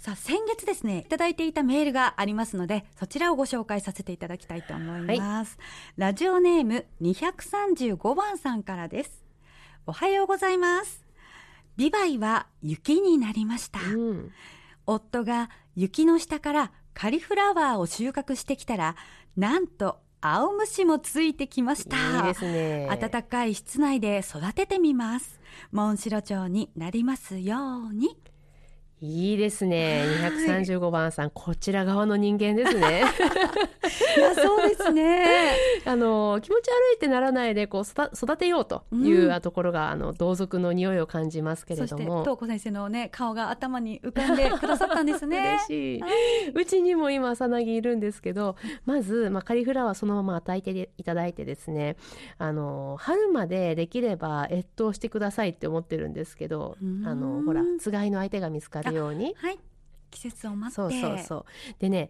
さあ先月ですねいただいていたメールがありますので、そちらをご紹介させていただきたいと思います、ラジオネーム235番さんからです。おはようございます。ビバイは雪になりました、夫が雪の下からカリフラワーを収穫してきたら、なんと青虫もついてきました。 いいですね。 暖かい室内で育ててみます。モンシロチョウになりますように。 いいですね。235番さん、こちら側の人間ですね。 いやそうですね気持ち悪いってならないでこう育てようというところが、同族の匂いを感じますけれども、 そして東子先生のね顔が頭に浮かんでくださったんですね嬉しい、うちにも今さなぎいるんですけど、まず、カリフラワーそのまま与えていただいてですね、春までできれば越冬してくださいって思ってるんですけど、ほらつがいの相手が見つかるように、 季節を待って、 そうでね、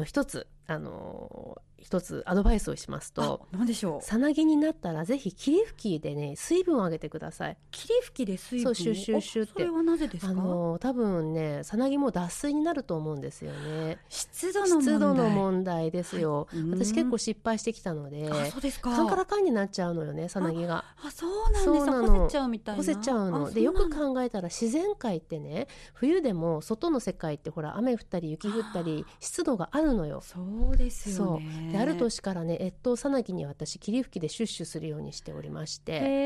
一つアドバイスをしますと、 何でしょう。 さなぎになったらぜひ霧吹きでね水分を上げてください。 霧吹きで水分を、 シュッシュッシュッって。 それはなぜですか？ 多分ねさなぎも脱水になると思うんですよね。 湿度の問題ですよ、私結構失敗してきたので、 そうですか。 カンカラカンになっちゃうのよね、さなぎが。 そうなんです。干せちゃうみたいな。 干せちゃうので、よく考えたら自然界ってね、冬でも外の世界ってほら雨降ったり雪降ったり湿度があるのよ。 そうですよね。 である年からね越冬さなぎに私霧吹きでシュッシュするようにしておりまして、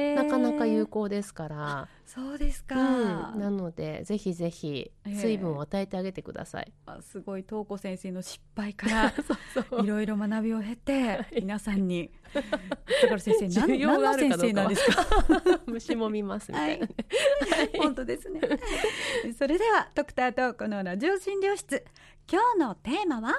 なかなか有効ですから。そうですか、なのでぜひぜひ水分を与えてあげてください。 すごい東子先生の失敗からいろいろ学びを経て皆さんにだから先生何の先生なんですか虫も見ますみたいな、 本当ですねそれではドクター東子のラジオ診療室、今日のテーマは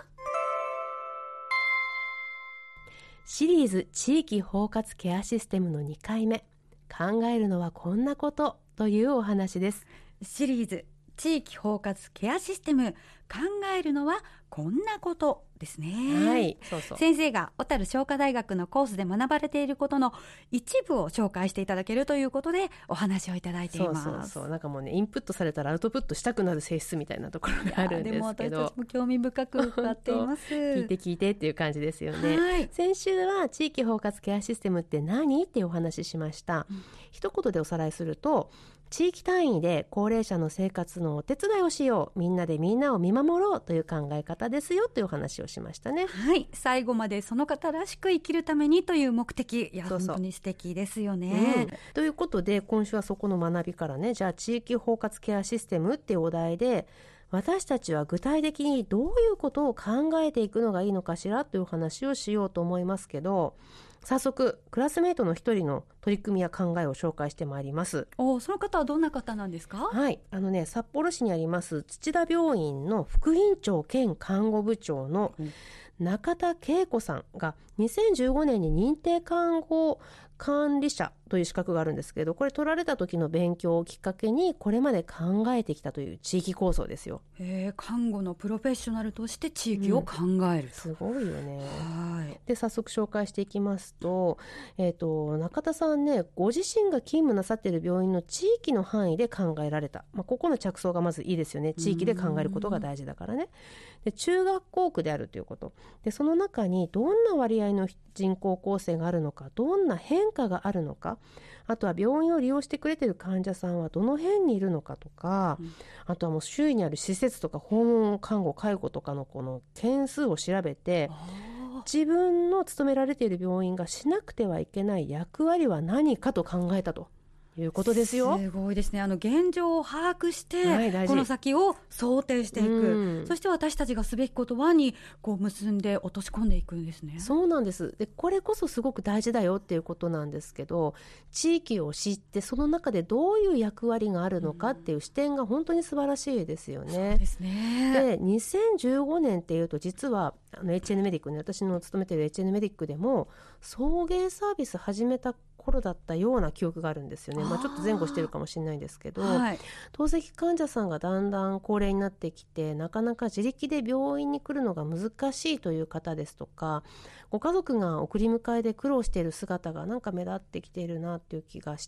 シリーズ地域包括ケアシステムの2回目、考えるのはこんなことというお話です。 シリーズ地域包括ケアシステム、考えるのはこんなことですね。先生が小樽商科大学のコースで学ばれていることの一部を紹介していただけるということでお話をいただいています。 なんかもうねインプットされたらアウトプットしたくなる性質みたいなところがあるんですけど、 でも私たちも興味深く伺っています聞いてっていう感じですよね、先週は地域包括ケアシステムって何っていうお話ししました、一言でおさらいすると、地域単位で高齢者の生活のお手伝いをしよう、みんなでみんなを見守ろうという考え方ですよというお話をしましたね。 最後までその方らしく生きるためにという目的、本当に素敵ですよね、 ということで今週はそこの学びからね、じゃあ地域包括ケアシステムっていうお題で私たちは具体的にどういうことを考えていくのがいいのかしらという話をしようと思いますけど、早速クラスメートの一人の取り組みや考えを紹介してまいります。 その方はどんな方なんですか？ 札幌市にあります土田病院の副院長兼看護部長の中田恵子さんが2015年に認定看護管理者という資格があるんですけど、これ取られた時の勉強をきっかけにこれまで考えてきたという地域構想ですよ。 看護のプロフェッショナルとして地域を考えると、 すごいよね。で早速紹介していきますと、中田さんね、ご自身が勤務なさっている病院の地域の範囲で考えられた、ここの着想がまずいいですよね。地域で考えることが大事だからね。で中学校区であるということで、その中にどんな割合の人口構成があるのか、どんな変化があるのか、あとは病院を利用してくれている患者さんはどの辺にいるのかとか、あとはもう周囲にある施設とか訪問看護介護とかのこの件数を調べて、自分の勤められている病院がしなくてはいけない役割は何かと考えたということですよ。 すごいですね。現状を把握して、この先を想定していく、そして私たちがすべきことはに結んで落とし込んでいくんですね。 そうなんです。でこれこそすごく大事だよっていうことなんですけど、地域を知ってその中でどういう役割があるのかっていう視点が本当に素晴らしいですよね。 そうですね。 で2015年っていうと、実はHN メディックね、私の勤めている HN メディックでも送迎サービス始めた頃だったような記憶があるんですよね。ちょっと前後してるかもしれないんですけど、透析患者さんがだんだん高齢になってきて、なかなか自力で病院に来るのが難しいという方ですとか、ご家族が送り迎えで苦労している姿がなんか目立ってきているなっていう気がしてきて、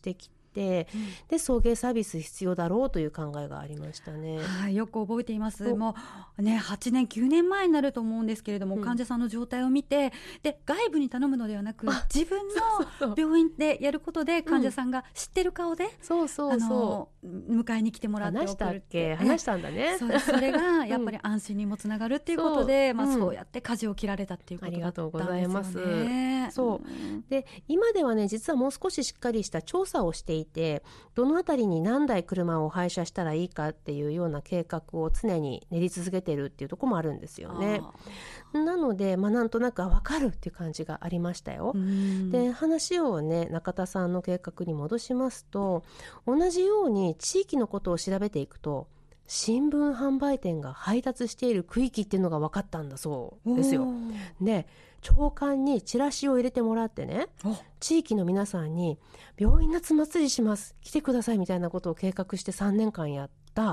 て、で送迎サービス必要だろうという考えがありましたね。 はい、よく覚えています。もうね、8年9年前になると思うんですけれども、患者さんの状態を見て、で外部に頼むのではなく自分の病院でやることで患者さんが知ってる顔で、迎えに来てもらって送るって話したんだね。 それがやっぱり安心にもつながるっていうことで、そうやって舵を切られたっていうことだったんですよね。 ありがとうございます。そうで今ではね、実はもう少ししっかりした調査をしていて、どのあたりに何台車を廃車したらいいかっていうような計画を常に練り続けてるっていうところもあるんですよね。なので、なんとなく分かるっていう感じがありましたよ。で話をね、中田さんの計画に戻しますと、同じように地域のことを調べていくと、新聞販売店が配達している区域っていうのが分かったんだそうですよ。で朝刊にチラシを入れてもらってね、地域の皆さんに病院夏祭りします来てくださいみたいなことを計画して3年間やった、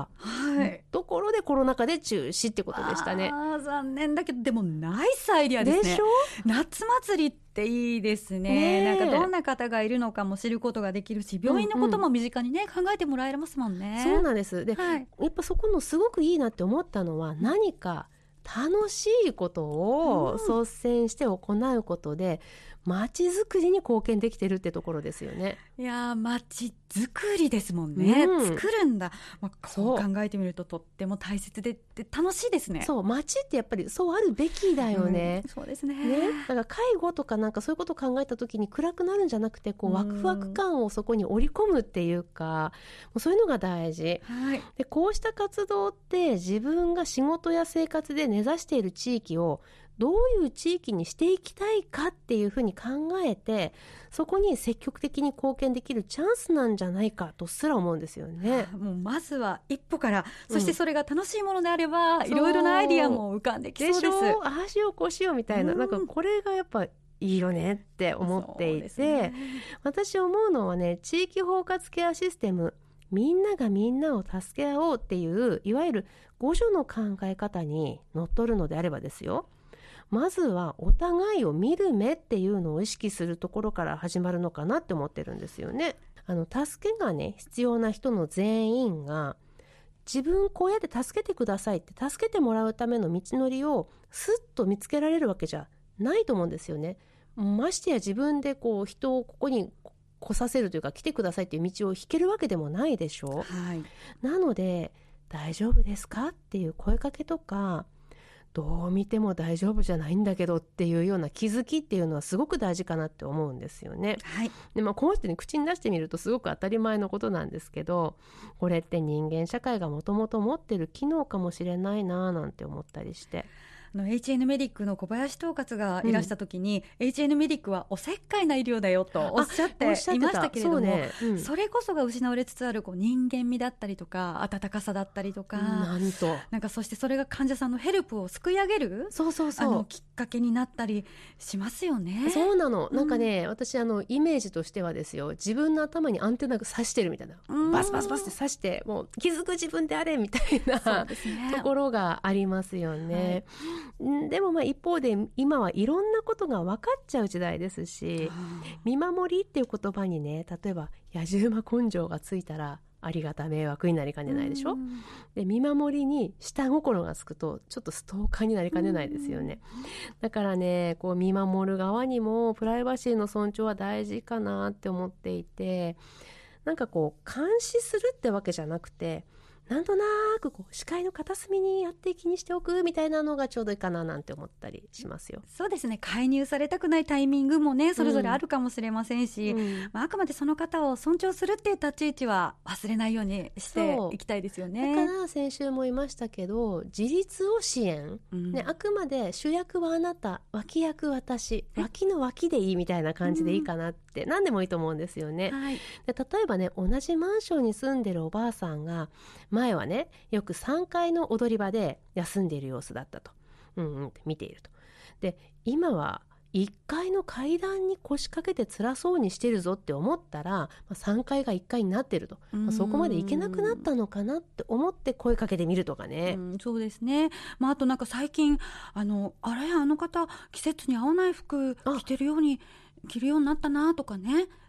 ところでコロナ禍で中止ってことでしたね。 残念だけど、でもナイスアイディアですね。 でしょ。 夏祭りっていいですね。なんかどんな方がいるのかも知ることができるし、病院のことも身近にね、考えてもらえますもんね。 そうなんです。で、やっぱそこのすごくいいなって思ったのは、何か楽しいことを率先して行うことで、街づくりに貢献できてるってところですよね。 いや、街づくりですもんね、作るんだ、そう考えてみるととっても大切で楽しいですね。 そう、街ってやっぱりそうあるべきだよね。 そうですね。 だから介護とかなんかそういうことを考えた時に暗くなるんじゃなくて、こうワクワク感をそこに織り込むっていうか、もうそういうのが大事、でこうした活動って自分が仕事や生活で根ざしている地域をどういう地域にしていきたいかっていうふうに考えて、そこに積極的に貢献できるチャンスなんじゃないかとすら思うんですよね。 もうまずは一歩から、そしてそれが楽しいものであれば、いろいろなアイディアも浮かんできそうです。 でしょ。ああしようこうしようみたいな、なんかこれがやっぱいいよねって思っていて、私思うのはね、地域包括ケアシステム、みんながみんなを助け合おうっていういわゆる互助の考え方にのっとるのであればですよ、まずはお互いを見る目っていうのを意識するところから始まるのかなって思ってるんですよね。助けがね必要な人の全員が自分こうやって助けてくださいって助けてもらうための道のりをスッと見つけられるわけじゃないと思うんですよね。ましてや自分でこう人をここに来させるというか来てくださいっていう道を引けるわけでもないでしょ、なので大丈夫ですかっていう声かけとか、どう見ても大丈夫じゃないんだけどっていうような気づきっていうのはすごく大事かなって思うんですよね。で、この人に口に出してみるとすごく当たり前のことなんですけど、これって人間社会がもともと持ってる機能かもしれないななんて思ったりして、 HN メディックの小林統括がいらした時に、HN メディックはおせっかいな医療だよとおっしゃっていましたけれども、それこそが失われつつある人間味だったりとか温かさだったりとか、なんかそしてそれが患者さんのヘルプをすくい上げるきっかけになったりしますよね。 そうなの。なんかね、私イメージとしてはですよ、自分の頭にアンテナが刺してるみたいな、バスバスバスって刺して、もう気づく自分であれみたいな、ところがありますよね。でも一方で今はいろんなことが分かっちゃう時代ですし、見守りっていう言葉にね、例えば野じ馬根性がついたらありがた迷惑になりかねないでしょ。で、見守りに下心がつくとちょっとストーカーになりかねないですよね。だからね、こう見守る側にもプライバシーの尊重は大事かなって思っていて、なんかこう監視するってわけじゃなくて、なんとなく視界の片隅にやって気にしておくみたいなのがちょうどいいかななんて思ったりしますよ。 そうですね。介入されたくないタイミングもね、それぞれあるかもしれませんし、あくまでその方を尊重するっていう立ち位置は忘れないようにしていきたいですよね。 だから先週も言いましたけど、自立を支援、あくまで主役はあなた、脇役私、脇の脇でいいみたいな感じでいいかなって、何でもいいと思うんですよね。で、例えばね、同じマンションに住んでるおばあさんが前はね、よく3階の踊り場で休んでいる様子だったと、って見ていると。で、今は1階の階段に腰掛けて辛そうにしてるぞって思ったら、3階が1階になってると、そこまで行けなくなったのかなって思って声かけてみるとかね。 そうですね。あとなんか最近あの方季節に合わない服着るようになったなとかね、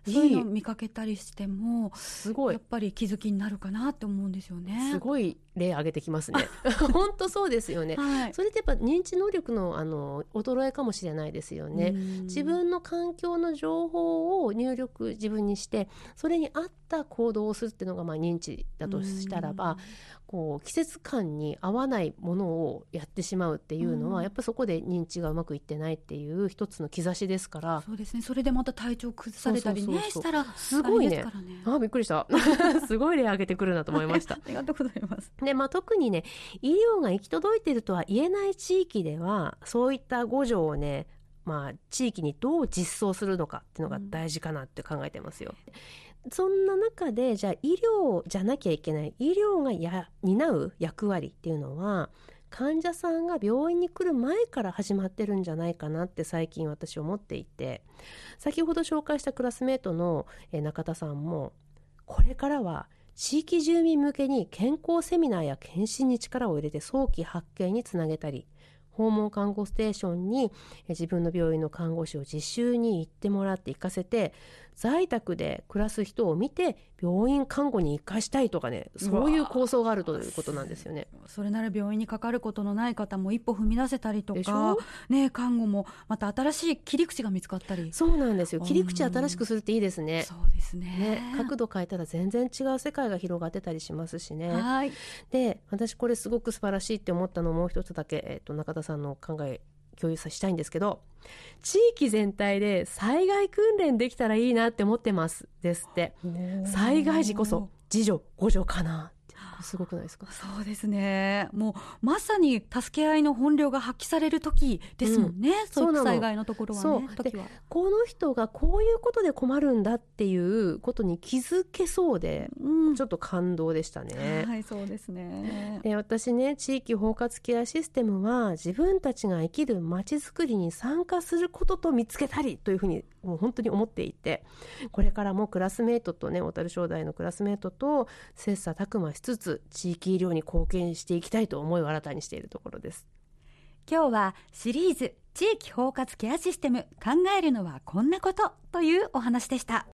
そういうのを見かけたりしてもすごいやっぱり気づきになるかなって思うんですよね。 すごい例挙げてきますね本当そうですよね、 はい、 それってやっぱ認知能力の衰えかもしれないですよね。自分の環境の情報を入力自分にしてそれに合った行動をするっていうのが認知だとしたらば、こう季節感に合わないものをやってしまうっていうのは、やっぱりそこで認知がうまくいってないっていう一つの兆しですから。 そうですね、それでまた体調崩されたりねしたらすごいね。びっくりしたすごい例挙げてくるなと思いましたありがとうございます。 で、特にね医療が行き届いているとは言えない地域ではそういった5条をね、地域にどう実装するのかっていうのが大事かなって考えてますよ。そんな中でじゃあ医療じゃなきゃいけない医療が担う役割っていうのは患者さんが病院に来る前から始まってるんじゃないかなって最近私思っていて、先ほど紹介したクラスメートの中田さんもこれからは地域住民向けに健康セミナーや検診に力を入れて早期発見につなげたり、訪問看護ステーションに自分の病院の看護師を実習に行ってもらって行かせて在宅で暮らす人を見て病院看護に生かしたいとかね、そういう構想があるということなんですよね。 それなら病院にかかることのない方も一歩踏み出せたりとか、看護もまた新しい切り口が見つかったり。 そうなんですよ、切り口新しくするっていいですね。 そうですね、 角度変えたら全然違う世界が広がってたりしますしね。 はい。 で、私これすごく素晴らしいって思ったのをもう一つだけ、中田さんの考え共有したいんですけど、地域全体で災害訓練できたらいいなって思ってますですって。災害時こそ自助互助かな。すごくないですか？ そうですね、もうまさに助け合いの本領が発揮される時ですもんね、そういう災害のところはね。時はこの人がこういうことで困るんだっていうことに気づけそうで、ちょっと感動でしたね。 はい、そうですね。 で、私ね、地域包括ケアシステムは自分たちが生きるまちづくりに参加することと見つけたりというふうにもう本当に思っていて、これからもクラスメートとね、小樽商大のクラスメートと切磋琢磨しつつ地域医療に貢献していきたいと思いを新たにしているところです。 今日はシリーズ地域包括ケアシステム考えるのはこんなことというお話でした。